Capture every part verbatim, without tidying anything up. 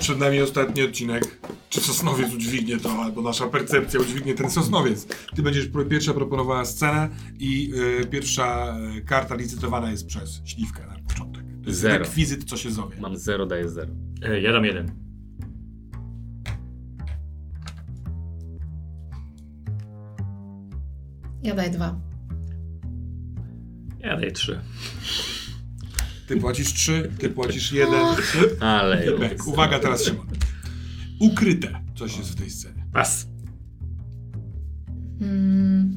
Przed nami ostatni odcinek. Czy Sosnowiec udźwignie to, albo nasza percepcja udźwignie ten Sosnowiec. Ty będziesz pierwsza proponowała scenę i yy, pierwsza yy, karta licytowana jest przez Śliwkę na początek. To jest Zero. rekwizyt, co się zowie. Mam zero, daję zero. E, ja dam jeden. Ja daję dwa. Ja daję trzy. Ty płacisz trzy, ty płacisz jeden. Ale Bek. Uwaga, teraz Szymon. Ukryte coś jest w tej scenie. Pas. Hmm.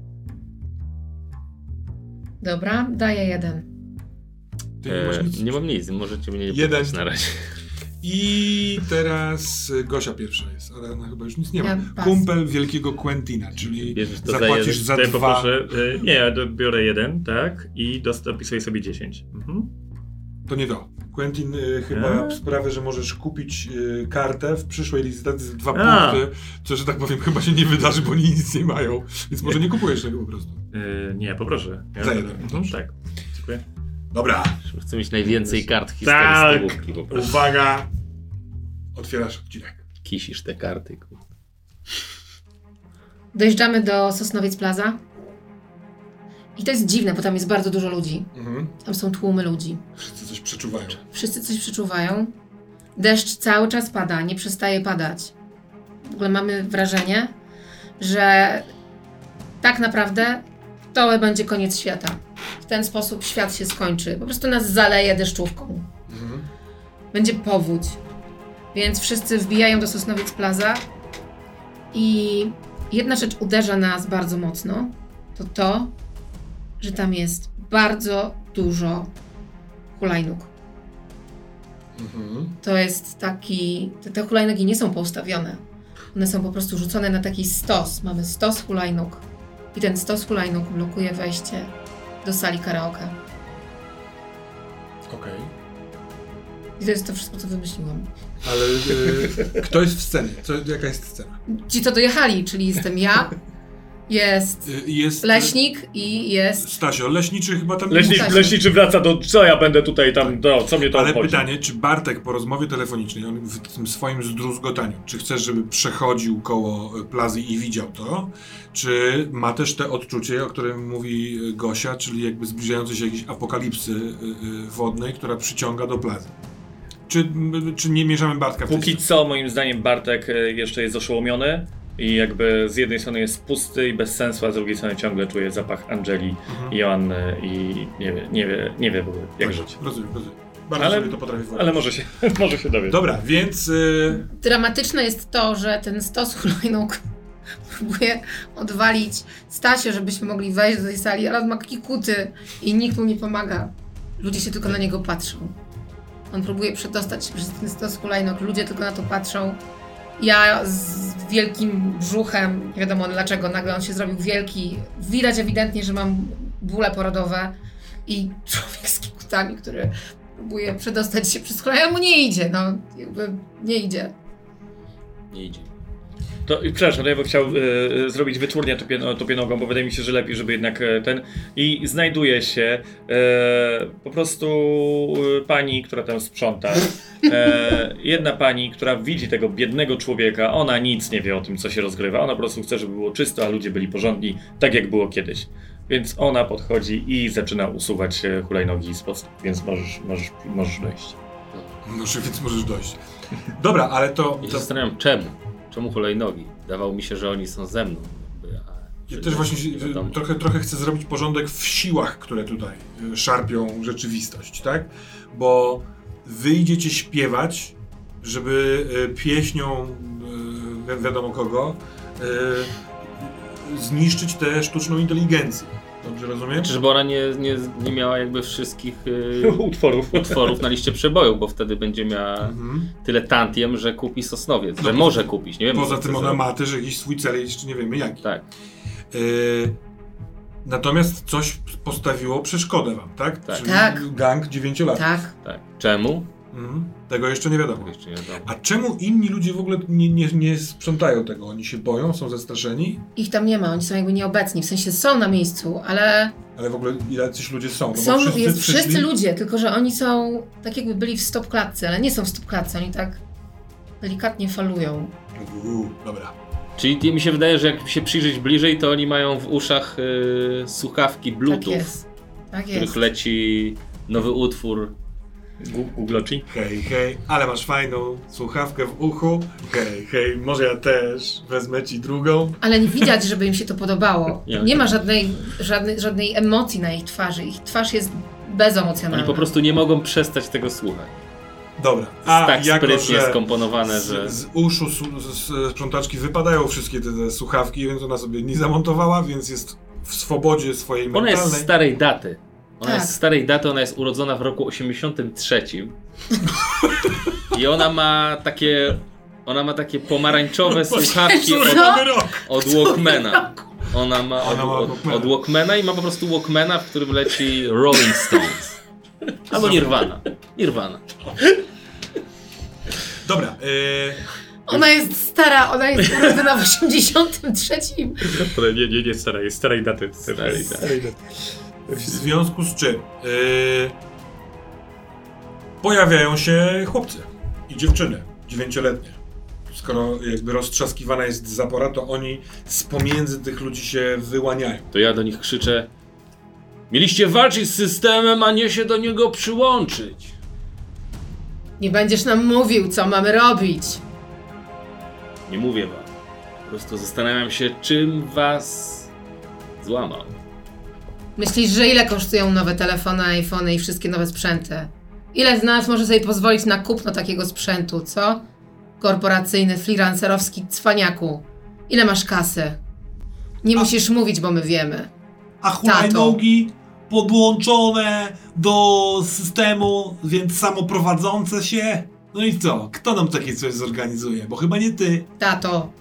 Dobra, daję jeden. Ty nie masz nic. E, nie mam nic, możecie mnie nie Jeden. pytać na razie. I teraz Gosia pierwsza jest, ale ona chyba już nic nie ma. Ja pas. Kumpel wielkiego Quentina, czyli Bierzesz to za zapłacisz jeden. za, To ja dwa. poproszę. E, nie, ja biorę jeden, tak? I dost- dopisuję sobie dziesięć. Mhm. To nie to. Quentin y, chyba A? sprawia, że możesz kupić y, kartę w przyszłej licytacji za dwa A. punkty, co, że tak powiem, chyba się nie wydarzy, bo oni nic nie mają. Więc może nie kupujesz tego po prostu. E, nie, poproszę. Ja Za jeden. Mhm, tak. Dziękuję. Dobra. Chcę mieć najwięcej kart w historii Tak. stołówki po prostu. Uwaga. Otwierasz odcinek. Kisisz te karty. Kurde. Dojeżdżamy do Sosnowiec Plaza. I to jest dziwne, bo tam jest bardzo dużo ludzi. Mhm. Tam są tłumy ludzi. Wszyscy coś przeczuwają. Wszyscy coś przeczuwają. Deszcz cały czas pada, nie przestaje padać. W ogóle mamy wrażenie, że tak naprawdę to będzie koniec świata. W ten sposób świat się skończy. Po prostu nas zaleje deszczówką. Mhm. Będzie powódź. Więc wszyscy wbijają do Sosnowiec Plaza i jedna rzecz uderza nas bardzo mocno. To to, że tam jest bardzo dużo hulajnóg. Mhm. To jest taki... Te, te hulajnogi nie są poustawione. One są po prostu rzucone na taki stos. Mamy stos hulajnóg. I ten stos hulajnóg blokuje wejście do sali karaoke. Okej. I to jest to wszystko, co wymyśliłam. Ale y, kto jest w scenie? Co, jaka jest scena? Ci, co dojechali, czyli jestem ja, jest Y, jest Leśnik i jest... Stasio, Leśniczy chyba tam nie Leśnicz, musi- Leśniczy. leśniczy wraca do... Co ja będę tutaj tam... No, co mnie to Ale obchodzi? pytanie, czy Bartek po rozmowie telefonicznej, on w tym swoim zdruzgotaniu, czy chcesz, żeby przechodził koło e, plazy i widział to, czy ma też te odczucie, o którym mówi e, Gosia, czyli jakby zbliżającej się jakiejś apokalipsy e, e, wodnej, która przyciąga do plazy? Czy, m, czy nie mierzamy Bartka w tej Póki scenie? co, moim zdaniem, Bartek e, jeszcze jest oszołomiony i jakby z jednej strony jest pusty i bez sensu, a z drugiej strony ciągle czuje zapach Angeli Mhm. i Joanny i nie wie, nie wie, nie wie w ogóle jak Tak, żyć. Rozumiem, rozumiem. Bardzo Ale- sobie to potrafi wyobrazić. Ale może się, może się dowie. Dobra, więc... E, Dramatyczne jest to, że ten stos hulajnóg próbuje odwalić Stasie, żebyśmy mogli wejść do tej sali, ale on ma kikuty i nikt mu nie pomaga. Ludzie się tylko na niego patrzą. On próbuje przedostać się przez ten stos hulajnóg, ludzie tylko na to patrzą. Ja z wielkim brzuchem, nie wiadomo dlaczego, nagle on się zrobił wielki. Widać ewidentnie, że mam bóle porodowe i człowiek z kikutami, który próbuje przedostać się przez hulajnóg, ale mu nie idzie, no jakby nie idzie. Nie idzie. To, i przepraszam, to ja bym chciał e, zrobić wyczurnię topie- topienogą, bo wydaje mi się, że lepiej, żeby jednak e, ten... I znajduje się e, po prostu e, pani, która tam sprząta. E, jedna pani, która widzi tego biednego człowieka, ona nic nie wie o tym, co się rozgrywa. Ona po prostu chce, żeby było czysto, a ludzie byli porządni, tak jak było kiedyś. Więc ona podchodzi i zaczyna usuwać e, hulajnogi z pod, więc możesz, możesz, możesz dojść. no, więc możesz dojść. Dobra, ale to... Ja się to zastanawiam, czemu? Czemu hulajnogi? Dawało mi się, że oni są ze mną. Jakby, a, Ja że też nie- właśnie się, nie wiadomo. trochę, trochę chcę zrobić porządek w siłach, które tutaj y, szarpią rzeczywistość, tak? Bo wy idziecie śpiewać, żeby y, pieśnią y, wi- wiadomo kogo y, zniszczyć tę sztuczną inteligencję. Dobrze rozumiem? Znaczy, żeby ona nie, nie, nie miała jakby wszystkich y, Utworów. utworów na liście przebojów, bo wtedy będzie miała Mhm. tyle tantiem, że kupi Sosnowiec, No że poza- może kupić, nie wiem. Poza co tym chce ona zrobić. ma też jakiś swój cel, jeszcze nie wiemy jaki. Tak, Y, natomiast coś postawiło przeszkodę wam, tak? Tak. Czyli Tak. gang dziewięciolatków. Tak. tak. Czemu? Mhm. Tego jeszcze nie wiadomo. Tego jeszcze nie wiadomo. A czemu inni ludzie w ogóle nie, nie, nie sprzątają tego? Oni się boją, są zastraszeni? Ich tam nie ma, oni są jakby nieobecni, w sensie są na miejscu, ale Ale w ogóle jacyś ludzie są? No bo są, wszyscy jest przyszli- wszyscy ludzie, tylko że oni są tak jakby byli w stopklatce, ale nie są w stopklatce, oni tak Delikatnie falują. Uuu, dobra. Czyli mi się wydaje, że jak się przyjrzeć bliżej, to oni mają w uszach y, słuchawki Bluetooth, Tak jest. Tak w których jest. leci nowy utwór. Googloci. Hej, hej, ale masz fajną słuchawkę w uchu. Hej, hej, może ja też wezmę ci drugą. Ale nie widać, żeby im się to podobało. Nie. Nie ma żadnej, żadnej, żadnej emocji na ich twarzy. Ich twarz jest bezemocjonalna. Oni po prostu nie mogą przestać tego słuchać. Dobra, A, a tak jako, sprytnie że skomponowane, że... z, z uszu su, z, z sprzątaczki wypadają wszystkie te, te słuchawki, więc ona sobie nie zamontowała, więc jest w swobodzie swojej Ona mentalnej. jest z starej daty. Ona Tak. jest z starej daty, ona jest urodzona w roku osiemdziesiątym trzecim. I ona ma takie... Ona ma takie pomarańczowe słuchawki Który od, mamy rok? od Walkmana. Ona ma od, Ona ma od, Walkmana. od Walkmana i ma po prostu Walkmana, w którym leci Rolling Stones. Albo Nirvana. Nirvana. Dobra, yy, Ona jest stara, ona jest urodzona w osiemdziesiątym trzecim. Ale nie, nie, nie stara, jest starej daty. Starej daty. w związku z czym yy, pojawiają się chłopcy i dziewczyny, dziewięcioletnie. Skoro jakby roztrzaskiwana jest zapora, to oni z pomiędzy tych ludzi się wyłaniają. To ja do nich krzyczę: mieliście walczyć z systemem, a nie się do niego przyłączyć. Nie będziesz nam mówił, co mamy robić. Nie mówię wam. Po prostu zastanawiam się, czym was złamał. Myślisz, że ile kosztują nowe telefony, iPhony i wszystkie nowe sprzęty? Ile z nas może sobie pozwolić na kupno takiego sprzętu, co? Korporacyjny, freelancerowski cwaniaku. Ile masz kasy? Nie A- musisz mówić, bo my wiemy. A hulajnogi podłączone do systemu, więc samoprowadzące się. No i co? Kto nam takie coś zorganizuje? Bo chyba nie ty. Tato,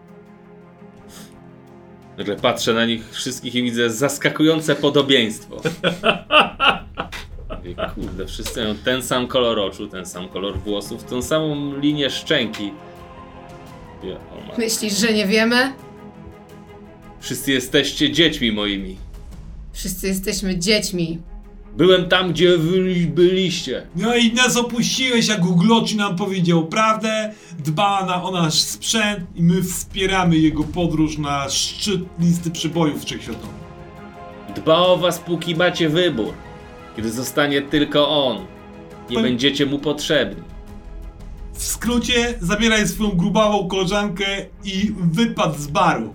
Nagle patrzę na nich wszystkich i widzę zaskakujące podobieństwo. Mówię, kurde, wszyscy mają ten sam kolor oczu, ten sam kolor włosów, tą samą linię szczęki. Mówię, o ma- myślisz, że nie wiemy? Wszyscy jesteście dziećmi moimi. Wszyscy jesteśmy dziećmi. Byłem tam, gdzie wy byliście. No i nas opuściłeś, a Googloci nam powiedział prawdę, dba na, o nasz sprzęt i my wspieramy jego podróż na szczyt listy przybojów wszechświatowych. Dba o was, póki macie wybór. Kiedy zostanie tylko on, nie Pan- będziecie mu potrzebni. W skrócie, zabieraj swoją grubawą koleżankę i wypad z baru.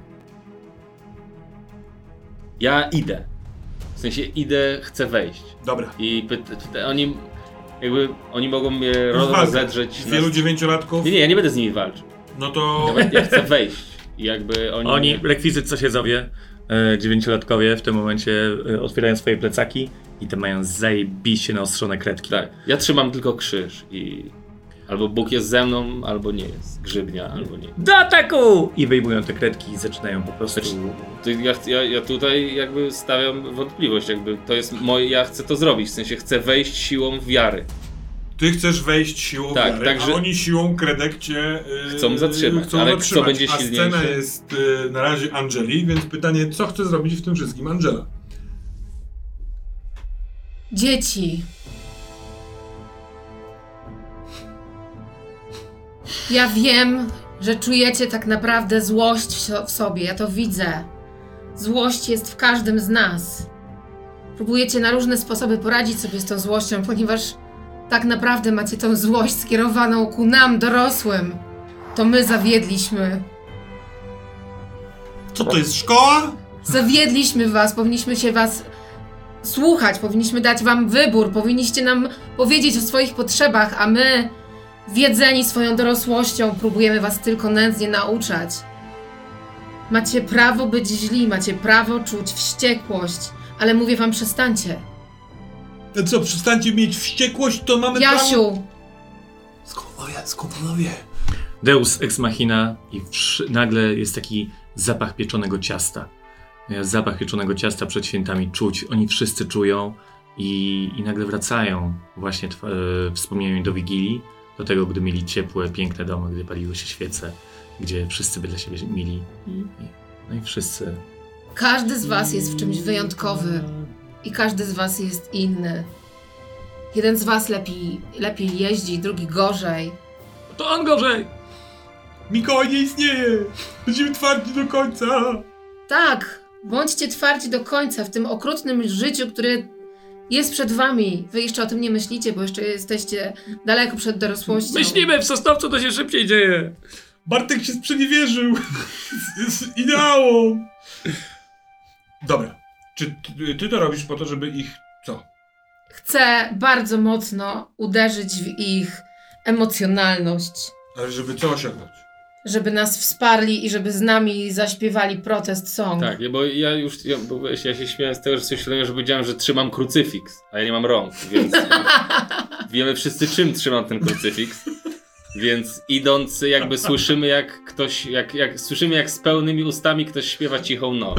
Ja idę. W sensie idę, chcę wejść. Dobra. I pyta, pyta, oni jakby, oni mogą mnie Już walka. rozedrzeć. Wielu na... dziewięciolatków, Nie, nie, ja nie będę z nimi walczył. no to... Ja chcę wejść. I jakby oni... Oni, rekwizyt co się zowie, e, dziewięciolatkowie w tym momencie e, otwierają swoje plecaki i te mają zajebiście naostrzone kredki. Tak, ja trzymam tylko krzyż i... Albo Bóg jest ze mną, albo nie jest. Grzybnia, albo nie. Do ataku! I wyjmują te kredki i zaczynają po prostu... Znaczy, To ja, ja, ja tutaj jakby stawiam wątpliwość, jakby to jest moje, ja chcę to zrobić, w sensie chcę wejść siłą wiary. Ty chcesz wejść siłą Tak, wiary, także- a oni siłą kredek cię yy, Chcą zatrzymać, chcą ale kto zatrzymać. będzie A silniejszy? scena jest yy, na razie Angeli, więc pytanie, co chce zrobić w tym wszystkim Angela? Dzieci. Ja wiem, że czujecie tak naprawdę złość w so- w sobie, ja to widzę. Złość jest w każdym z nas. Próbujecie na różne sposoby poradzić sobie z tą złością, ponieważ tak naprawdę macie tą złość skierowaną ku nam, dorosłym. To my zawiedliśmy. Co to jest, szkoła? Zawiedliśmy was, powinniśmy się was słuchać, powinniśmy dać wam wybór, powinniście nam powiedzieć o swoich potrzebach, a my, wiedzeni swoją dorosłością, próbujemy was tylko nędznie nauczać. Macie prawo być źli, macie prawo czuć wściekłość, ale mówię wam, przestańcie. To co, przestańcie mieć wściekłość, to mamy prawo... Jasiu, Skąd ona wie? Skąd ona wie? Deus ex machina i wszy- nagle jest taki zapach pieczonego ciasta. Zapach pieczonego ciasta przed świętami czuć. Oni wszyscy czują i, i nagle wracają właśnie tw- e, wspomnieniem do Wigilii, do tego, gdy mieli ciepłe, piękne domy, gdy paliły się świece, gdzie wszyscy by dla siebie mili. I, no i wszyscy... każdy z was jest w czymś wyjątkowy i każdy z was jest inny. Jeden z was lepiej, lepiej jeździ, drugi gorzej. To on gorzej! Mikołaj nie istnieje! Będziemy twardzi do końca! Tak, bądźcie twardzi do końca w tym okrutnym życiu, które jest przed wami. Wy jeszcze o tym nie myślicie, bo jeszcze jesteście daleko przed dorosłością. Myślimy, w Sosnowcu to się szybciej dzieje. Bartek się sprzeniewierzył z ideałom. Dobra. Czy ty, ty to robisz po to, żeby ich co? Chcę bardzo mocno uderzyć w ich emocjonalność. Ale żeby co osiągnąć? Żeby nas wsparli i żeby z nami zaśpiewali protest song. Tak, bo ja już ja, bo ja się śmiałem z tego, że coś świadomie, że powiedziałem, że trzymam krucyfiks, a ja nie mam rąk, więc wiemy wszyscy, czym trzymam ten krucyfiks. Więc idąc, jakby słyszymy jak ktoś, jak, jak słyszymy jak z pełnymi ustami ktoś śpiewa cichą noc.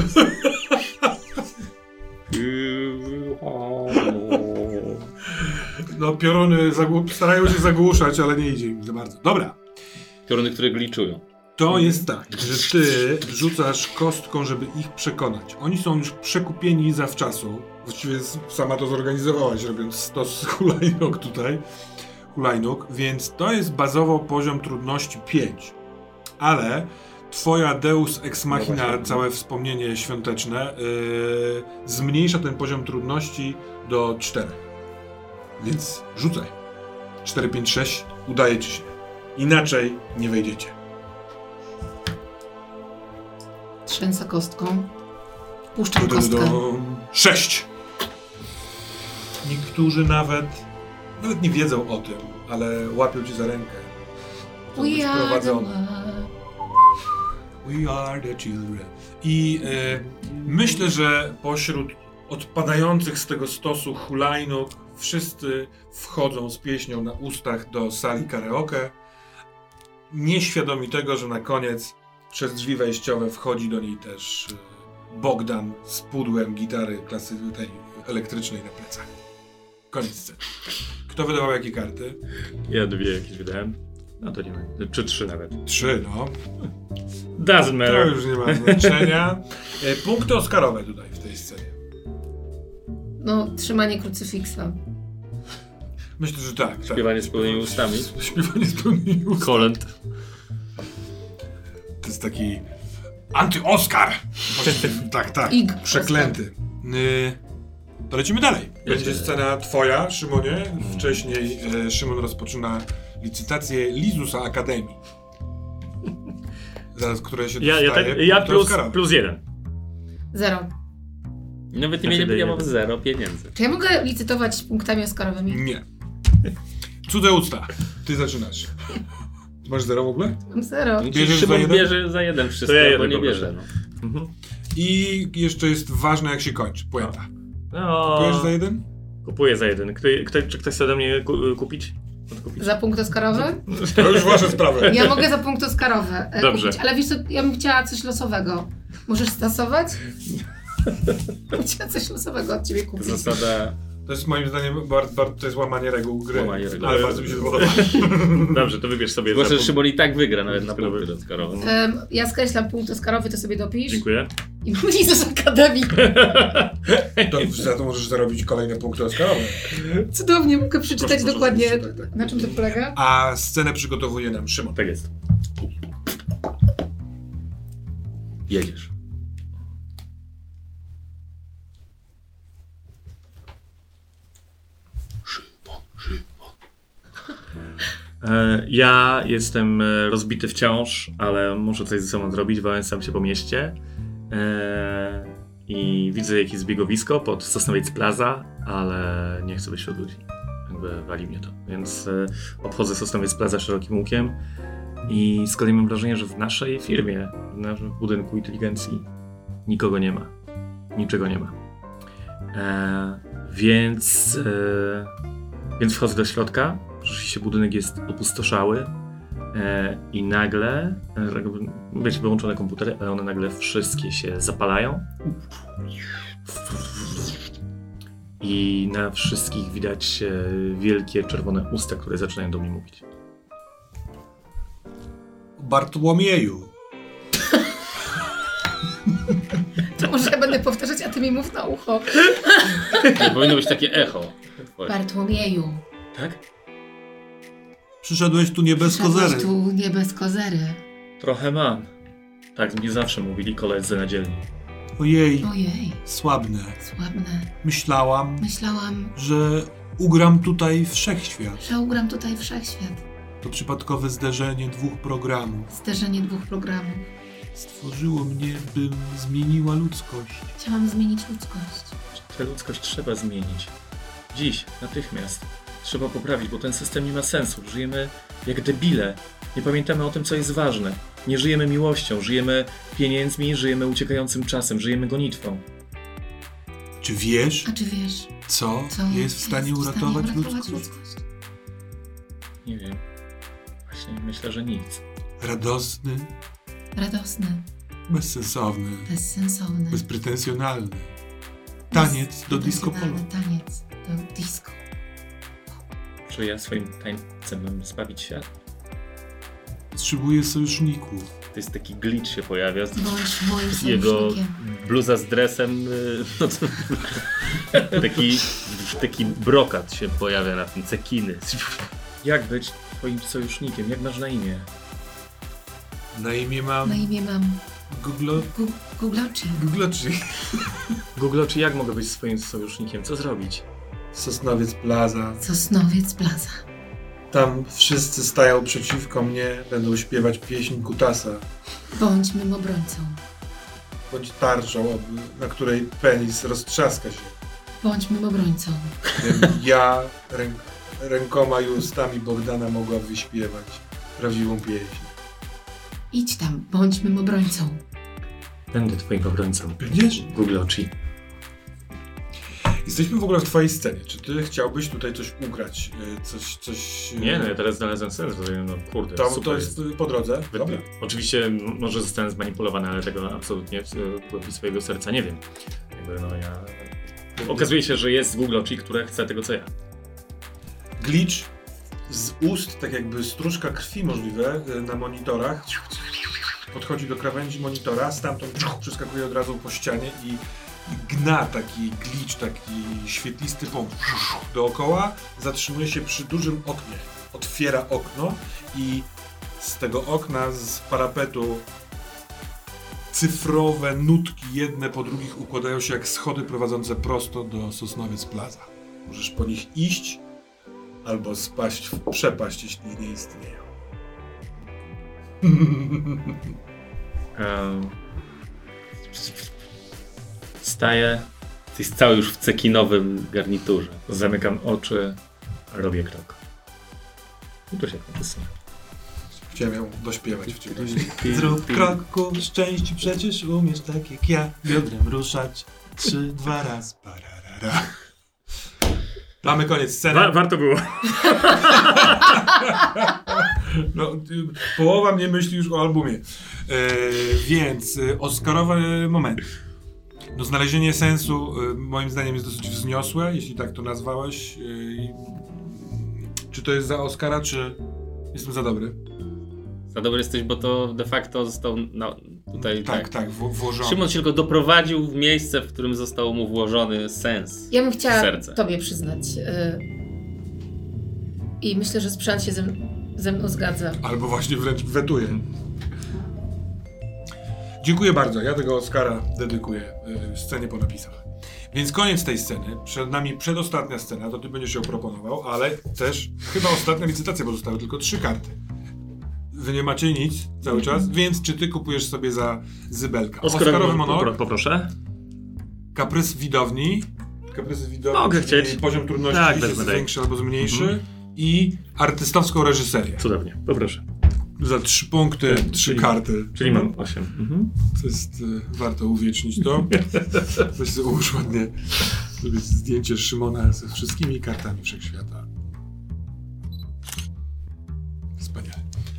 No pioruny zagłu- starają się zagłuszać, ale nie idzie im za bardzo. Dobra. Pioruny, które gliczują. To jest tak, że ty rzucasz kostką, żeby ich przekonać. Oni są już przekupieni zawczasu. Właściwie sama to zorganizowałaś, robiąc stos hulajnóg tutaj. Hulajnóg, więc to jest bazowo poziom trudności pięć. Ale twoja Deus Ex Machina, no całe wspomnienie świąteczne, yy, zmniejsza ten poziom trudności do czterech. Więc rzucaj. cztery, pięć, sześć. Udaje ci się. Inaczej nie wejdziecie. Trzęsę kostką. Puszczam Do, do, kostkę. do, sześć. Niektórzy nawet nawet nie wiedzą o tym, ale łapią cię za rękę. Chcą być We are the prowadzone. world. We are the children. I e, myślę, że pośród odpadających z tego stosu hulajnóg wszyscy wchodzą z pieśnią na ustach do sali karaoke, nieświadomi tego, że na koniec przez drzwi wejściowe wchodzi do niej też e, Bogdan z pudłem gitary klasy tej elektrycznej na plecach. Koniec sceny. Kto wydawał jakie karty? Ja dwie jakieś wydałem. No to nie ma. Czy trzy nawet. Trzy, no. Doesn't To matter. już nie ma znaczenia. E, Punkty Oscarowe tutaj w tej scenie. No, trzymanie krucyfiksa. Myślę, że tak. tak. Śpiewanie z pełnymi ustami. Śpiewanie z pełnymi ustami. Kolęd. To jest taki anty-Oscar. Tak, tak. Ig. Przeklęty. Y, to lecimy dalej. Będzie scena twoja, Szymonie. Wcześniej e, Szymon rozpoczyna licytację Lizusa Akademii. Zaraz, które się Ja, ja, dostaje. tak, ja punkty plus, Oscarowe. plus jeden. Zero. Nawet nie Ja mieli się ja daję. mam zero pieniędzy. Czy ja mogę licytować punktami Oscarowymi? Nie. Cudze usta. Ty zaczynasz. Masz zero w ogóle? Mam zero. Bierzesz za Szymon jeden? bierze za jeden wszystko, To ja bo jeden nie poproszę. bierze. No. Mhm. I jeszcze jest ważne, jak się kończy. Puenta. No, Kupujesz za jeden? kupuję za jeden. Kto, kto, czy ktoś chce ode mnie ku, kupić? Odkupić? Za punkt Oscarowy? To już wasze sprawy. Ja mogę za punkt Oscarowe e, Dobrze. kupić, ale wiesz co, ja bym chciała coś losowego. Możesz stasować? Ja bym chciała coś losowego od ciebie kupić. Zasada... To jest moim zdaniem bardzo, bardzo, to jest łamanie reguł gry. Łamanie reguł. Ale bardzo mi się podoba. Dobrze, to wybierz sobie. Zwłaszcza, za że punkt. Szymon i tak wygra nawet na punkty Oscarowe. Em, ja skreślam punkt Oscarowy, to sobie dopisz. Dziękuję. I mam list z Akademii. To za to możesz zarobić kolejne punkty Oscarowe. Cudownie, mogę przeczytać Proszę, proszę, dokładnie, proszę, tak, tak. na czym to polega. A scenę przygotowuje nam Szymon. Tak jest. Jedziesz. E, Ja jestem e, rozbity wciąż, ale muszę coś ze sobą zrobić, wałęsam się po mieście e, i widzę jakieś zbiegowisko pod Sosnowiec Plaza, ale nie chcę być wśród ludzi. Jakby wali mnie to. Więc e, obchodzę Sosnowiec Plaza szerokim łukiem i z kolei mam wrażenie, że w naszej firmie, w naszym budynku inteligencji nikogo nie ma. Niczego nie ma. E, więc, e, więc wchodzę do środka. Rzeczywiście budynek jest opustoszały e, i nagle, e, jakby, wiecie, wyłączone komputery, ale one nagle wszystkie się zapalają i na wszystkich widać e, wielkie czerwone usta, które zaczynają do mnie mówić. Bartłomieju. To może ja będę powtarzać, a ty mi mów na ucho. Nie powinno być takie echo. Bartłomieju, Tak? Przyszedłeś tu nie bez Przyszedłeś kozery. tu nie bez kozery. Trochę mam. Tak mi zawsze mówili koledzy na dzielni. Ojej, Ojej, słabne. słabne. Myślałam, Myślałam, że ugram tutaj wszechświat. że ugram tutaj wszechświat. To przypadkowe zderzenie dwóch programów. Zderzenie dwóch programów. Stworzyło mnie, bym zmieniła ludzkość. Chciałam zmienić ludzkość. Tę ludzkość trzeba zmienić. Dziś, natychmiast. Trzeba poprawić, bo ten system nie ma sensu. Żyjemy jak debile. Nie pamiętamy o tym, co jest ważne. Nie żyjemy miłością, żyjemy pieniędzmi, żyjemy uciekającym czasem, żyjemy gonitwą. Czy wiesz, A czy wiesz, co, co jest w stanie uratować, uratować ludzkość? ludzkość? Nie wiem. Właśnie myślę, że nic. Radosny, Radosny, bezsensowny, bezsensowny. bezpretensjonalny. Taniec do disco polo. bezpretensjonalny Taniec do disco. Czy ja swoim tańcem mam zbawić świat? Potrzebuję sojuszników. To jest taki glitch się pojawia. Bądź moim Jego sojusznikiem. bluza z dresem, y, no to, taki, taki brokat się pojawia na tym, cekiny. Jak być twoim sojusznikiem? Jak masz na imię? Na imię mam Na imię mam Google... Gu- Googloczy. Googloczy. Google, czy jak mogę być swoim sojusznikiem? Co zrobić? Sosnowiec Plaza. Sosnowiec Plaza. Tam wszyscy stają przeciwko mnie, będą śpiewać pieśń Kutasa. Bądź mym obrońcą. Bądź tarczą, ob- na której penis roztrzaska się. Bądź mym obrońcą. Gdybym ja ręk, rękoma i ustami Bogdana mogła wyśpiewać prawdziwą pieśń. Idź tam, bądź mym obrońcą. Będę twoim obrońcą. Będziesz? Google oczy. Jesteśmy w ogóle w twojej scenie. Czy ty chciałbyś tutaj coś ugrać? y, Coś, coś... y, Nie, no ja teraz znalazłem sens, bo no kurde, To, super to jest y, po drodze. Dobra. Oczywiście m- może zostałem zmanipulowany, ale tego absolutnie w w głębi swojego serca nie wiem. Jakby no ja... Okazuje się, że jest Google oczy, które chce tego co ja. Glitch z ust, tak jakby stróżka krwi możliwe y, na monitorach. Podchodzi do krawędzi monitora, stamtąd przeskakuje od razu po ścianie i, i gna taki glitch, taki świetlisty punkt dookoła. Zatrzymuje się przy dużym oknie. Otwiera okno i z tego okna, z parapetu cyfrowe nutki jedne po drugich układają się jak schody prowadzące prosto do Sosnowiec Plaza. Możesz po nich iść albo spaść w przepaść, jeśli nie istnieją. Um, Staję, Ty jest cały już w cekinowym garniturze. zamykam oczy, robię krok. I to się kończy. Chciałem ją dośpiewać w ciemności. Zrób krok ku szczęściu, przecież umiesz tak jak ja biodrem ruszać. Trzy, dwa raz, pararara. Mamy koniec sceny. Wa- warto było. No, y, połowa mnie myśli już o albumie. E, więc y, Oscarowe momenty. No, znalezienie sensu y, moim zdaniem jest dosyć wzniosłe, jeśli tak to nazwałeś. Y, czy to jest za Oscara, czy jestem za dobry? Za dobry jesteś, bo to de facto został na, tutaj Tak, tak. tak, w, włożony. Szymon się tylko doprowadził w miejsce, w którym został mu włożony sens. Ja bym chciała Serce. tobie przyznać. y, I myślę, że sprzęt się ze, m- ze mną zgadza. Albo właśnie wręcz wetuje. Dziękuję bardzo. Ja tego Oscara dedykuję y, scenie po napisach. Więc koniec tej sceny. Przed nami przedostatnia scena, to ty będziesz ją proponował, ale też chyba ostatnia licytacja, bo zostały tylko trzy karty. Wy nie macie nic cały czas, więc czy ty kupujesz sobie za Zybelka? Oscarowy monolog, Popro- poproszę. kaprys widowni. Kaprysy widowni, Mogę czyli chcieć. poziom trudności Tak, jest wezmę, daj. większy albo zmniejszy. Mhm. I artystowską reżyserię. Cudownie, poproszę. Za trzy punkty, Tak, trzy czyli- karty. Czyli mam osiem. Mhm. To jest y, warto uwiecznić to. Weź sobie ułóż ładnie sobie zdjęcie Szymona ze wszystkimi kartami wszechświata. Wspaniale.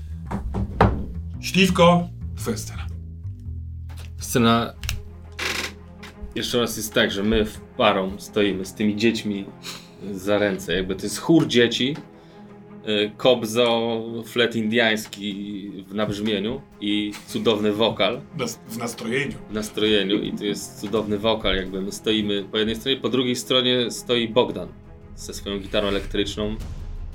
Śliwko, twoja scena. Scena jeszcze raz jest tak, że my w parą stoimy z tymi dziećmi za ręce. Jakby to jest chór dzieci, y, kobzo, flet indiański w nabrzmieniu i cudowny wokal Nas- W nastrojeniu. w nastrojeniu i tu jest cudowny wokal, jakby my stoimy po jednej stronie, po drugiej stronie stoi Bogdan ze swoją gitarą elektryczną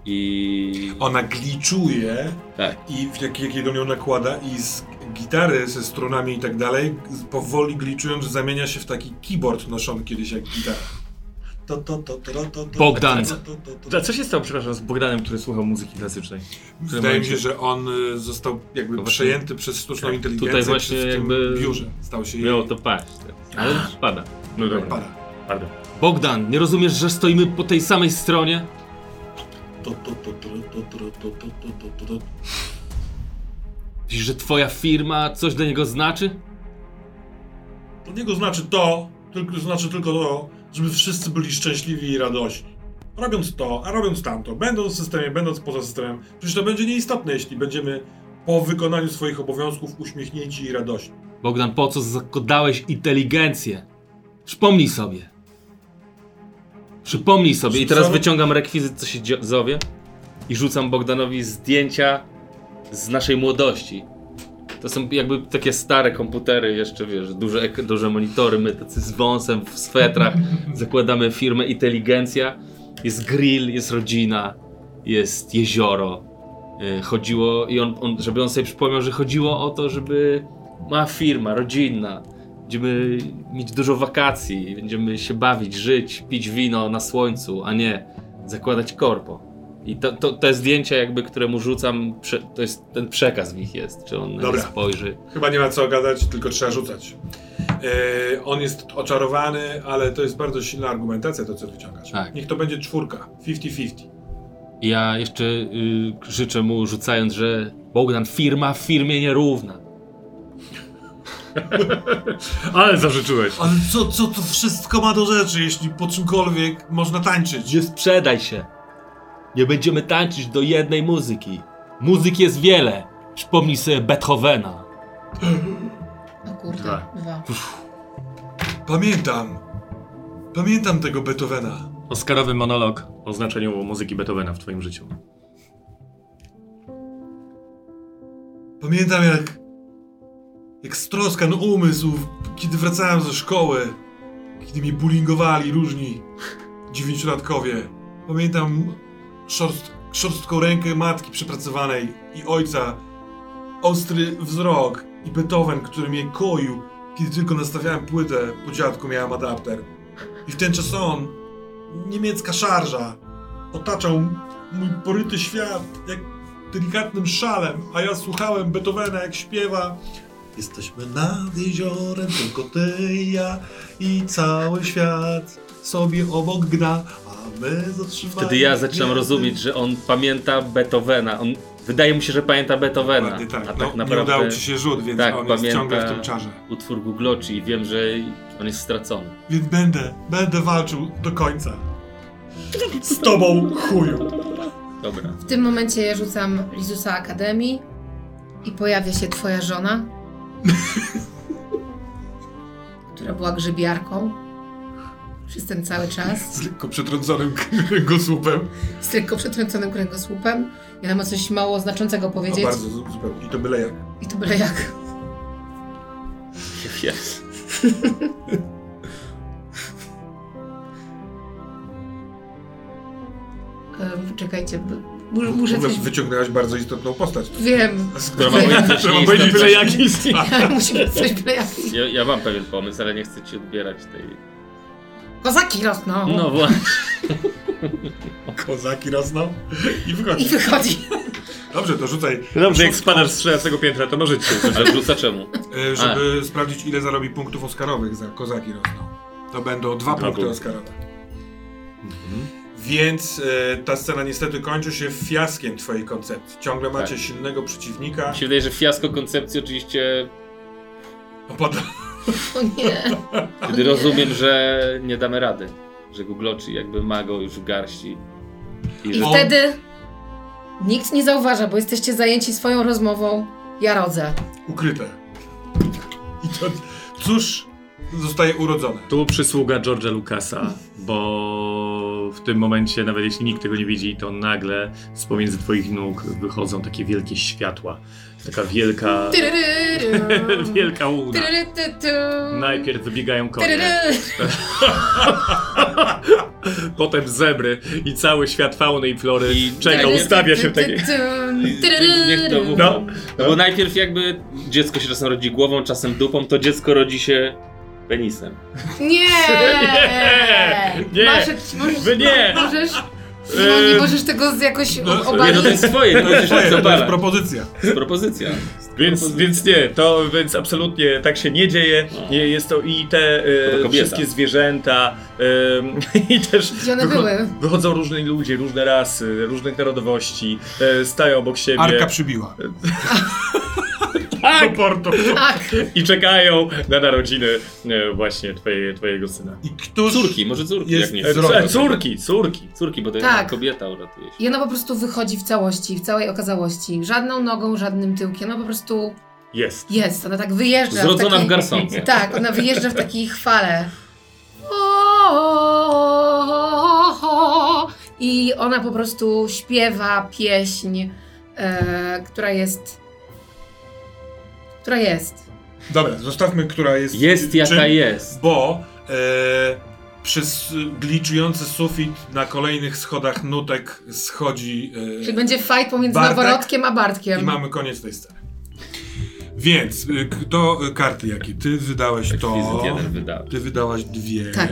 I... Ona gliczuje Tak. i jak, jak ją nakłada i z gitary ze strunami i tak dalej, powoli gliczując zamienia się w taki keyboard noszony kiedyś jak gitara. To, to, to, to, to, to, Bogdan. to, to, to, to. A co się stało, przepraszam, z Bogdanem, który słuchał muzyki klasycznej? Wydaje mi się, że on y, został jakby No właśnie- przejęty przez sztuczną tak, inteligencję tutaj właśnie w tym jakby biurze. Stał się Miało jej to paść. Ale pada. No dobra, para. pardon. Bogdan, nie rozumiesz, że stoimy po tej samej stronie? To, to, to, to, to, to, to, to, to, to, to. Widzisz, że twoja firma coś dla niego znaczy? Dla niego znaczy to, tylko, znaczy tylko to, żeby wszyscy byli szczęśliwi i radośni. Robiąc to, a robiąc tamto, będąc w systemie, będąc poza systemem, przecież to będzie nieistotne, jeśli będziemy po wykonaniu swoich obowiązków uśmiechnięci i radośni. Bogdan, po co zakładałeś inteligencję? Przypomnij sobie. Przypomnij sobie. I teraz Co? wyciągam rekwizyt, co się dzio- zowie i rzucam Bogdanowi zdjęcia z naszej młodości. To są jakby takie stare komputery jeszcze, wiesz, duże, ek- duże monitory, my tacy z wąsem w swetrach, zakładamy firmę Inteligencja, jest grill, jest rodzina, jest jezioro. Yy, chodziło, i on, on, żeby on sobie przypomniał, że chodziło o to, żeby mała firma, rodzinna, będziemy mieć dużo wakacji, będziemy się bawić, żyć, pić wino na słońcu, a nie zakładać korpo. I to, to, te zdjęcia jakby, które mu rzucam, prze, to jest ten przekaz w nich jest, czy on na nie Dobra. spojrzy. Chyba nie ma co gadać, tylko trzeba rzucać. Yy, on jest oczarowany, ale to jest bardzo silna argumentacja, to co wyciągasz. Tak. Niech to będzie czwórka, pięćdziesiąt pięćdziesiąt. I ja jeszcze y, życzę mu, rzucając, że Bogdan, firma w firmie nierówna. Ale zażyczyłeś. Ale co, co to wszystko ma do rzeczy, jeśli po czymkolwiek można tańczyć? Nie sprzedaj się. Nie będziemy tańczyć do jednej muzyki. Muzyk jest wiele. Przypomnij sobie Beethovena. No kurde, Dwa. dwa. Pamiętam. Pamiętam tego Beethovena. Oscarowy monolog o znaczeniu muzyki Beethovena w twoim życiu. Pamiętam jak... jak stroskał umysł, kiedy wracałem ze szkoły. Kiedy mnie bullyingowali różni dziewięciolatkowie. Pamiętam szorst, szorstką rękę matki przepracowanej i ojca. Ostry wzrok i Beethoven, który mnie koił, kiedy tylko nastawiałem płytę, po dziadku miałem adapter. I w ten czas on, niemiecka szarża, otaczał mój poryty świat jak delikatnym szalem, a ja słuchałem Beethovena jak śpiewa. Jesteśmy nad jeziorem, tylko ty i ja i cały świat sobie obok gna, a my zatrzymamy... Wtedy ja zaczynam rozumieć, że on pamięta Beethovena. On, wydaje mu się, że pamięta Beethovena. Dokładnie tak. A No, tak nie naprawdę udał ci się rzut, więc tak, on jest pamięta ciągle w tym czarze. utwór Googloci i wiem, że on jest stracony. Więc będę, będę walczył do końca. Z tobą, chuju. Dobra. W tym momencie rzucam Lizusa Akademii i pojawia się twoja żona, która była grzybiarką przez ten cały czas, Z lekko przetrąconym kręgosłupem. z lekko przetrąconym kręgosłupem. I ona ma coś mało znaczącego No powiedzieć. bardzo, zu- zupełnie. I to byle jak. I to byle jak. Jest. Ehm, Czekajcie, b- muszę, W muszę ogóle coś... wyciągnęłaś bardzo istotną postać. Wiem, Która ma być też Trzeba nie powiedzieć istotna. byle jaki. ale musi być coś byle jak. Ja, ja mam pewien pomysł, ale nie chcę ci odbierać tej... Kozaki rosną. No właśnie. Kozaki rosną i I wychodzi. wychodzi. Dobrze, to rzucaj. Dobrze, jak spadasz z trzynastego piętra, to może ci się Ale rzuca czemu? E, Żeby sprawdzić, ile zarobi punktów Oscarowych za Kozaki rosną. To będą dwa Dwa punkty punkty. Oscarowe. Więc e, ta scena niestety kończy się fiaskiem twojej koncepcji. Ciągle macie Tak. silnego przeciwnika. Mi się wydaje, że fiasko koncepcji oczywiście... Opada. O nie. Wtedy rozumiem, że nie damy rady. Że Googloci jakby ma go już w garści. I I że... O. wtedy nikt nie zauważa, bo jesteście zajęci swoją rozmową. Ja rodzę. Ukryte. I to cóż zostaje urodzone. Tu przysługa George'a Lucasa, bo w tym momencie, nawet jeśli nikt tego nie widzi, to nagle z pomiędzy twoich nóg wychodzą takie wielkie światła. Taka wielka, wielka łuna. Najpierw wybiegają konie, potem zebry i cały świat fauny i flory I czeka, ustawia się w takiej... Niech to mów. No. No bo najpierw jakby dziecko się czasem rodzi głową, czasem dupą, to dziecko rodzi się penisem. Nie! Nie! Masz, możesz, Wy nie! Możesz, no, nie możesz tego z jakoś No, Nie, no obalić. to jest swoje, to jest To jest zapala. propozycja. To jest propozycja. Więc, Propozycja. więc nie, to więc absolutnie tak się nie dzieje. No. Nie, jest to i te To e, kobieta. wszystkie zwierzęta e, i też Gdzie one były? wychodzą różni ludzie, różne rasy, różnych narodowości, e, stają obok siebie Arka przybiła. tak, Do portu. Tak. i czekają na narodziny e, właśnie twoje, twojego syna. I któż... Córki, może córki, Jest- jak nie. E, Zrobię. c- córki, córki. Córki, bo to Tak. jest kobieta uratuje się. I ona po prostu wychodzi w całości, w całej okazałości. Żadną nogą, żadnym tyłkiem. Ona po prostu Jest. jest. Ona tak wyjeżdża. Zrodzona w, takiej... w garsonce. Tak, ona wyjeżdża w takiej chwale. I ona po prostu śpiewa pieśń, e, która jest... Która jest. Dobra, zostawmy, która jest... Jest jaka czym, jest. Bo e, przez gliczujący sufit na kolejnych schodach nutek schodzi... E, Czyli będzie fight pomiędzy Bartek Noworodkiem a Bartkiem. I mamy koniec tej sceny. Więc, y, kto, y, karty jakie? Ty wydałeś to, Rekwizyt jeden wydałem. ty wydałaś dwie. Tak.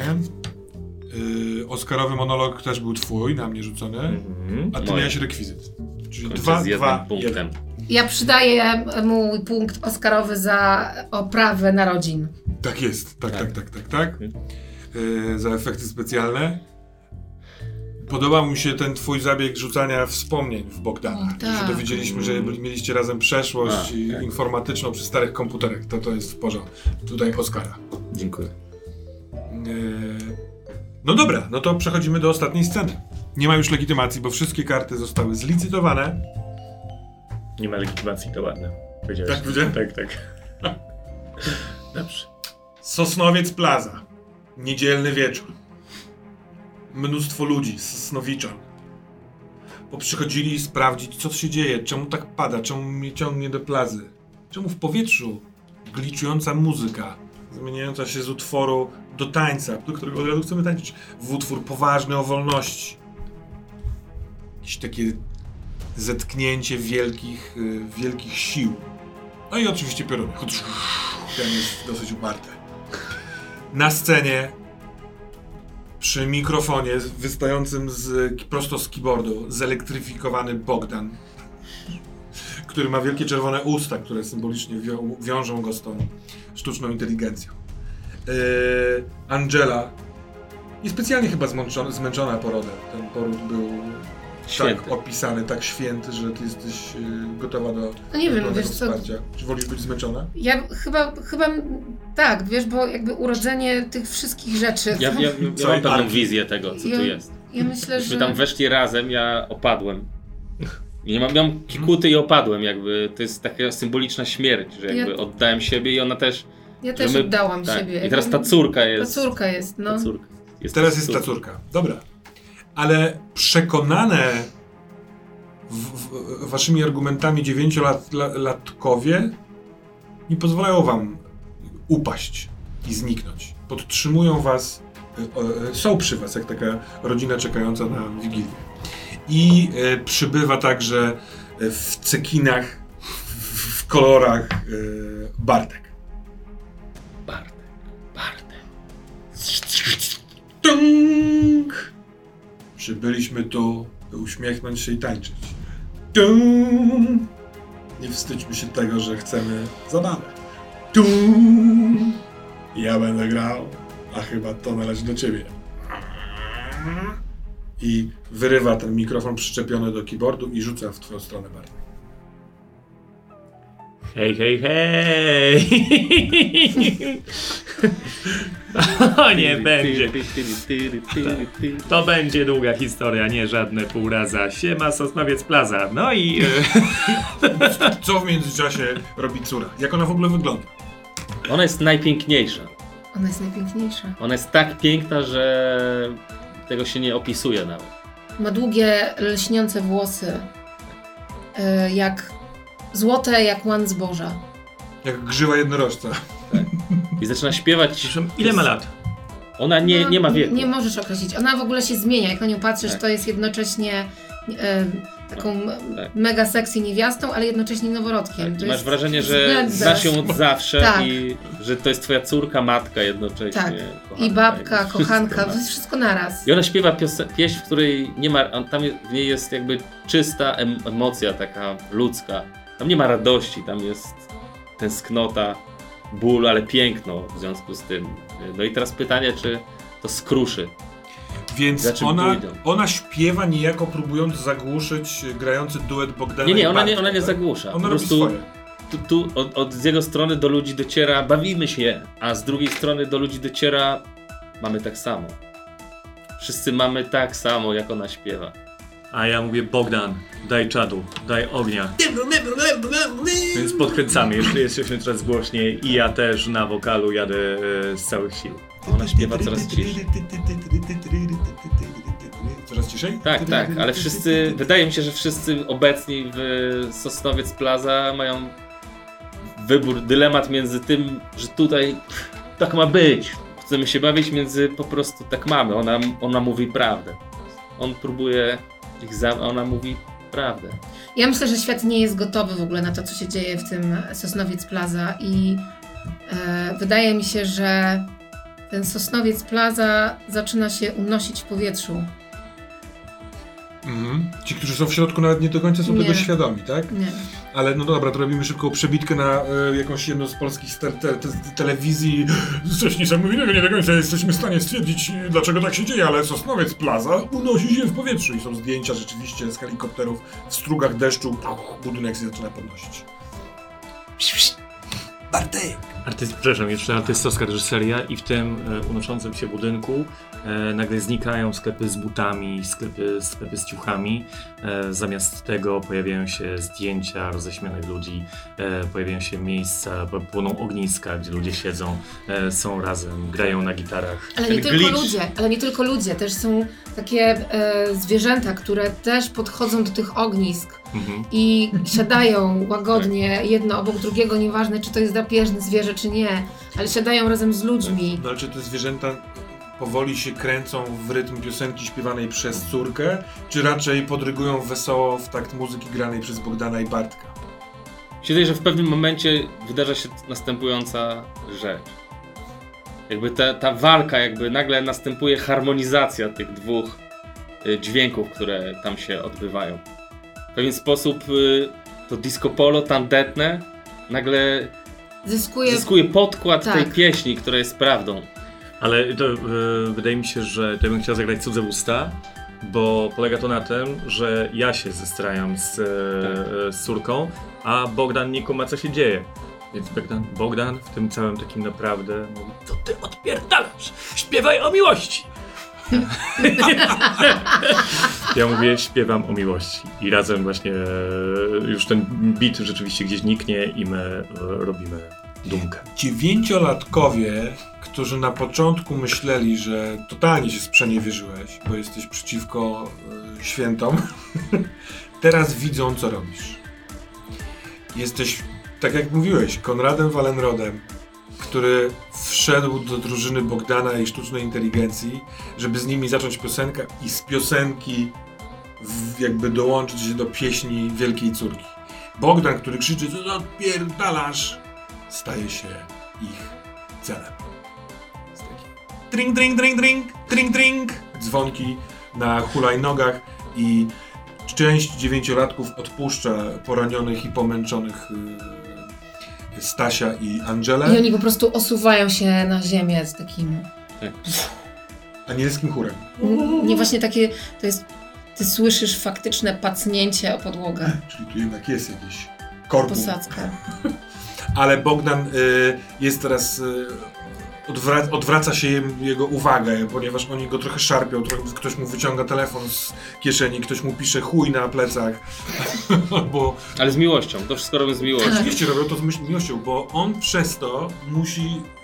Y, Oscarowy monolog też był twój, na mnie rzucony, Mhm. a ty Moje. miałeś rekwizyt. Czyli Kończę dwa, z jednym dwa, punktem. jeden. Ja przydaję mój punkt Oscarowy za oprawę narodzin. Tak jest, tak, tak, Tak. tak, tak, tak. Y, za efekty specjalne. Podobał mi się ten twój zabieg rzucania wspomnień w Bogdana. O, tak. Że dowiedzieliśmy, że byli- mieliście razem przeszłość A, i tak. informatyczną przy starych komputerach. To to jest w porządku. Tutaj Oscara. Dziękuję. Eee, No dobra, no to przechodzimy do ostatniej sceny. Nie ma już legitymacji, bo wszystkie karty zostały zlicytowane. Nie ma legitymacji, to ładne. Powiedziałeś. Tak powiedziałem? Tak, tak. Dobrze. Sosnowiec Plaza. Niedzielny wieczór. Mnóstwo ludzi, Sosnowiczan. Bo przychodzili sprawdzić, co się dzieje, czemu tak pada, czemu mnie ciągnie do plazy. Czemu w powietrzu gliczująca muzyka, zmieniająca się z utworu do tańca, do którego od razu chcemy tańczyć, w utwór poważny o wolności. Jakieś takie zetknięcie wielkich, y, wielkich sił. No i oczywiście pioruny. Ten jest dosyć uparty. Na scenie przy mikrofonie wystającym z, prosto z keyboardu zelektryfikowany Bogdan, który ma wielkie czerwone usta, które symbolicznie wią, wiążą go z tą sztuczną inteligencją. Yy, Angela, niespecjalnie chyba zmęczona, zmęczona porodem. Ten poród był Święty. tak opisany, tak święty, że ty jesteś yy, gotowa do No nie wiem, do wiesz co, wsparcia. Czy wolisz być zmęczona? ja chyba, chyba tak, wiesz, bo jakby urodzenie tych wszystkich rzeczy. Ja, ja, ja Co, mam i pewną Arki? wizję tego, co Ja- tu jest. Ja myślę, Myśmy że... tam weszli razem, ja opadłem. I nie mam, miałem kikuty i opadłem, jakby to jest taka symboliczna śmierć, że jakby Ja- oddałem siebie i ona też... Ja też że my- oddałam tak. siebie. I teraz ta córka Ta jest... córka jest, no. Ta córka. Jest Teraz jest ta córka. Dobra. Ale przekonane w, w, waszymi argumentami dziewięciolatkowie nie pozwalają wam upaść i zniknąć. Podtrzymują was, e, e, są przy was, jak taka rodzina czekająca na Wigilię. I e, przybywa także e, w cekinach, w, w kolorach e, Bartek. Bartek, Bartek. Tung! Przybyliśmy tu, by uśmiechnąć się i tańczyć. Tung! Nie wstydźmy się tego, że chcemy zabawę. Tung! Ja będę grał, a chyba to należy do ciebie. I wyrywa ten mikrofon przyczepiony do keyboardu i rzuca w twoją stronę, Bartek. Hej, hej, hej! O nie będzie. To będzie długa historia, nie żadne półraza. Siema, Sosnowiec Plaza. No i... e, Co w międzyczasie robi córa? Jak ona w ogóle wygląda? Ona jest najpiękniejsza. Ona jest najpiękniejsza. Ona jest tak piękna, że tego się nie opisuje nawet. Ma długie, lśniące włosy, y, jak złote, jak łan zboża. Jak grzywa jednorożca. I zaczyna śpiewać. Przepraszam, ile ma lat? Ona nie, No, nie ma wieku. Nie możesz określić. Ona w ogóle się zmienia. Jak na nią patrzysz, Tak. to jest jednocześnie e, taką tak. mega sexy niewiastą, ale jednocześnie noworodkiem. Tak, To masz jest wrażenie, że względem. znasz ją od zawsze Tak. i że to jest twoja córka, matka jednocześnie. Tak. Kochanka, I babka, wszystko kochanka, to na- jest wszystko naraz. I ona śpiewa piose- pieśń, w której nie ma, on- tam jest, w niej jest jakby czysta em- emocja taka ludzka. Tam nie ma radości, tam jest tęsknota, ból, ale piękno w związku z tym. No i teraz pytanie, czy to skruszy. Więc Za czym ona, pójdą? ona śpiewa niejako próbując zagłuszyć grający duet Bogdana Nie, i nie, ona nie, Bartka, ona nie tak? zagłusza. Ona Po robi prostu swoje. tu, tu od, od z jego strony do ludzi dociera, bawimy się, a z drugiej strony do ludzi dociera, mamy tak samo. Wszyscy mamy tak samo, jak ona śpiewa. A ja mówię, Bogdan, daj czadu, daj ognia. Więc podkręcamy, jeszcze jesteśmy coraz głośniej i ja też na wokalu jadę e, z całych sił. Ona śpiewa coraz ciszej. Coraz ciszej? Tak, tak, ale wszyscy, wydaje mi się, że wszyscy obecni w Sosnowiec Plaza mają wybór, dylemat między tym, że tutaj tak ma być. Chcemy się bawić, między po prostu tak mamy. Ona, ona mówi prawdę. On próbuje ich za... ona mówi prawdę. Ja myślę, że świat nie jest gotowy w ogóle na to, co się dzieje w tym Sosnowiec Plaza i e, wydaje mi się, że ten Sosnowiec Plaza zaczyna się unosić w powietrzu. Mhm. Ci, którzy są w środku, nawet nie do końca są Nie. tego świadomi, tak? Nie. Ale no dobra, to robimy szybką przebitkę na e, jakąś jedną z polskich te, te, te, telewizji. Coś niesamowitego, nie do końca jesteśmy w stanie stwierdzić, e, dlaczego tak się dzieje, ale Sosnowiec Plaza unosi się w powietrzu i są zdjęcia rzeczywiście z helikopterów w strugach deszczu. Puch, budynek się zaczyna podnosić. Bartek! Artyst, przepraszam, jeszcze artystowska reżyseria i w tym e, unoszącym się budynku e, nagle znikają sklepy z butami, sklepy, sklepy z ciuchami. E, zamiast tego pojawiają się zdjęcia roześmianych ludzi, e, pojawiają się miejsca, płoną ogniska, gdzie ludzie siedzą, e, są razem, grają na gitarach. Ale Ten nie tylko glitch. ludzie, ale nie tylko ludzie, też są takie e, zwierzęta, które też podchodzą do tych ognisk Mhm. i siadają łagodnie jedno obok drugiego, nieważne czy to jest drapieżne zwierzę czy nie, ale siadają razem z ludźmi. No ale czy te zwierzęta powoli się kręcą w rytm piosenki śpiewanej przez córkę, czy raczej podrygują wesoło w takt muzyki granej przez Bogdana i Bartka? Myślę, że w pewnym momencie wydarza się następująca rzecz. Jakby ta, ta walka, jakby nagle następuje harmonizacja tych dwóch y, dźwięków, które tam się odbywają. W pewien sposób y, to disco polo tandetne nagle Zyskuje... zyskuje podkład Tak. tej pieśni, która jest prawdą. Ale to, e, wydaje mi się, że to ja bym chciał zagrać cudze usta, bo polega to na tym, że ja się zestrajam z, e, z córką, a Bogdan nie kuma, co się dzieje. Więc Bogdan, Bogdan w tym całym takim naprawdę mówi, co ty odpierdalasz? Śpiewaj o miłości! Ja mówię, śpiewam o miłości. I razem właśnie e, już ten beat rzeczywiście gdzieś niknie i my e, robimy dumkę. Dziewięciolatkowie, którzy na początku myśleli, że totalnie się sprzeniewierzyłeś, bo jesteś przeciwko y, świętom, teraz widzą, co robisz. Jesteś, tak jak mówiłeś, Konradem Wallenrodem, który wszedł do drużyny Bogdana i sztucznej inteligencji, żeby z nimi zacząć piosenkę i z piosenki w, jakby dołączyć się do pieśni Wielkiej Córki. Bogdan, który krzyczy, co odpierdalasz, staje się ich celem. Jest taki drink, drink, drink, drink, drink, drink. Dzwonki na hulajnogach i część dziewięciolatków odpuszcza poranionych i pomęczonych yy, Stasia i Angelę I oni po prostu osuwają się na ziemię z takim... anielskim chórem. N- Nie właśnie takie, to jest... Ty słyszysz faktyczne pacnięcie o podłogę. Czyli tu jednak jest jakiś korpus. Posadzka. Ale Bogdan y, jest teraz... Y, odwra- odwraca się jem, jego uwagę, ponieważ oni go trochę szarpią, trochę, ktoś mu wyciąga telefon z kieszeni, ktoś mu pisze chuj na plecach. Bo Ale z miłością, to wszystko robią z miłością. oczywiście robią to z myśl- miłością, bo on przez to musi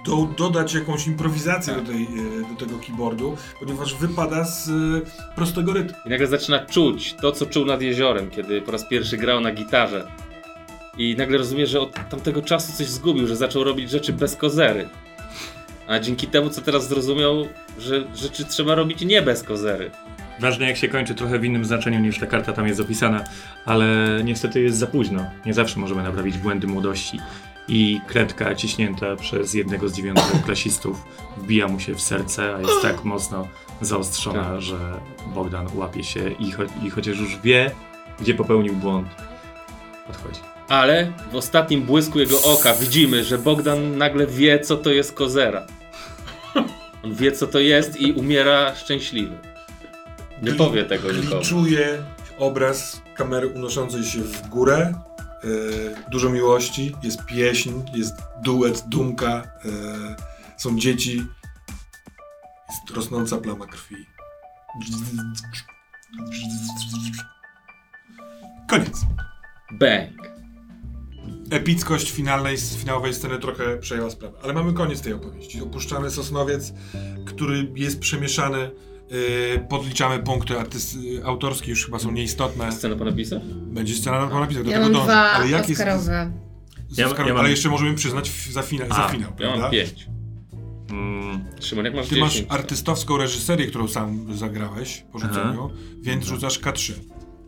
do, dodać jakąś improwizację do, tej, do tego keyboardu, ponieważ wypada z prostego rytmu. I nagle zaczyna czuć to, co czuł nad jeziorem, kiedy po raz pierwszy grał na gitarze. I nagle rozumie, że od tamtego czasu coś zgubił, że zaczął robić rzeczy bez kozery. A dzięki temu, co teraz zrozumiał, że rzeczy trzeba robić nie bez kozery. Ważne, jak się kończy, trochę w innym znaczeniu niż ta karta tam jest opisana, ale niestety jest za późno. Nie zawsze możemy naprawić błędy młodości. I kredka ciśnięta przez jednego z dziewiątoklasistów wbija mu się w serce, a jest tak mocno zaostrzona, tak. że Bogdan łapie się i, cho- i chociaż już wie, gdzie popełnił błąd, odchodzi. Ale w ostatnim błysku jego oka widzimy, że Bogdan nagle wie, co to jest kozera. On wie, co to jest i umiera szczęśliwy. Nie powie tego nikomu. Czuję obraz kamery unoszącej się w górę, yy, dużo miłości, jest pieśń, jest duet, dumka, yy, są dzieci, jest rosnąca plama krwi. Koniec. Bang. Epickość finalnej, finałowej sceny trochę przejęła sprawę, ale mamy koniec tej opowieści. Opuszczamy Sosnowiec, który jest przemieszany, yy, podliczamy punkty artysty- autorskie, już chyba są nieistotne. Scena po napisach? Będzie scena po napisach, do Ja tego mam dążę. dwa Ale jak jest... Oscarowe. z Ja- Oscar- ja mam- Ale jeszcze możemy przyznać f- za, fina- za A, finał, Ja prawda? mam pięć. Mm, Szymon, jak masz Ty dziesięć? masz artystowską reżyserię, którą sam zagrałeś po rzuceniu, więc rzucasz K trzy.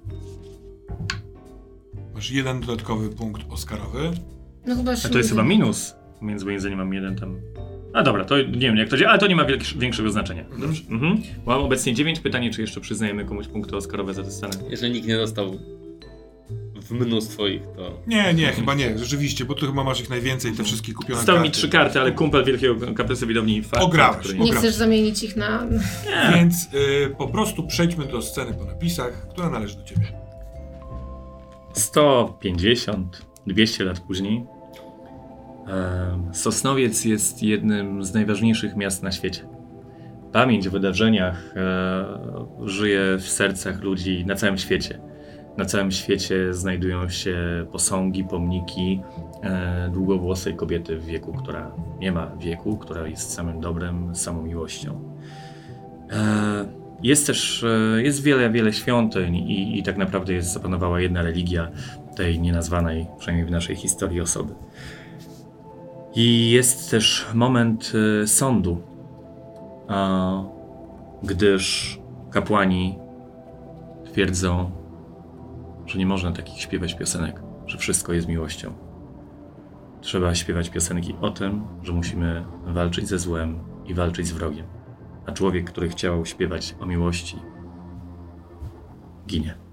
Masz jeden dodatkowy punkt Oscarowy. No chyba a to jest chyba minus. Między moim zdaniem mam jeden tam. A dobra, to nie wiem jak to działa, ale to nie ma wielk- większego znaczenia. Dobrze. Mhm. Mam obecnie dziewięć. Pytanie, czy jeszcze przyznajemy komuś punkty Oscarowe za tę scenę? Jeżeli nikt nie dostał w mnóstwo ich, to... Nie, nie, chyba nie, rzeczywiście, bo tu chyba masz ich najwięcej, te wszystkie kupione Stał mi karty. trzy karty, ale kumpel wielkiego kapresu widowni fakt, Ograłeś, który Nie ograłeś. chcesz zamienić ich na... nie. Więc y, po prostu przejdźmy do sceny po napisach, która należy do ciebie. sto pięćdziesiąt, dwieście lat później em, Sosnowiec jest jednym z najważniejszych miast na świecie. Pamięć o wydarzeniach e, żyje w sercach ludzi na całym świecie. Na całym świecie znajdują się posągi, pomniki e, długowłosej kobiety w wieku, która nie ma wieku, która jest samym dobrem, samą miłością. E, Jest też e, jest wiele, wiele świątyń i, i tak naprawdę jest zapanowała jedna religia tej nienazwanej, przynajmniej w naszej historii, osoby. I jest też moment e, sądu, a, gdyż kapłani twierdzą, że nie można takich śpiewać piosenek, że wszystko jest miłością. Trzeba śpiewać piosenki o tym, że musimy walczyć ze złem i walczyć z wrogiem. A człowiek, który chciał śpiewać o miłości, ginie.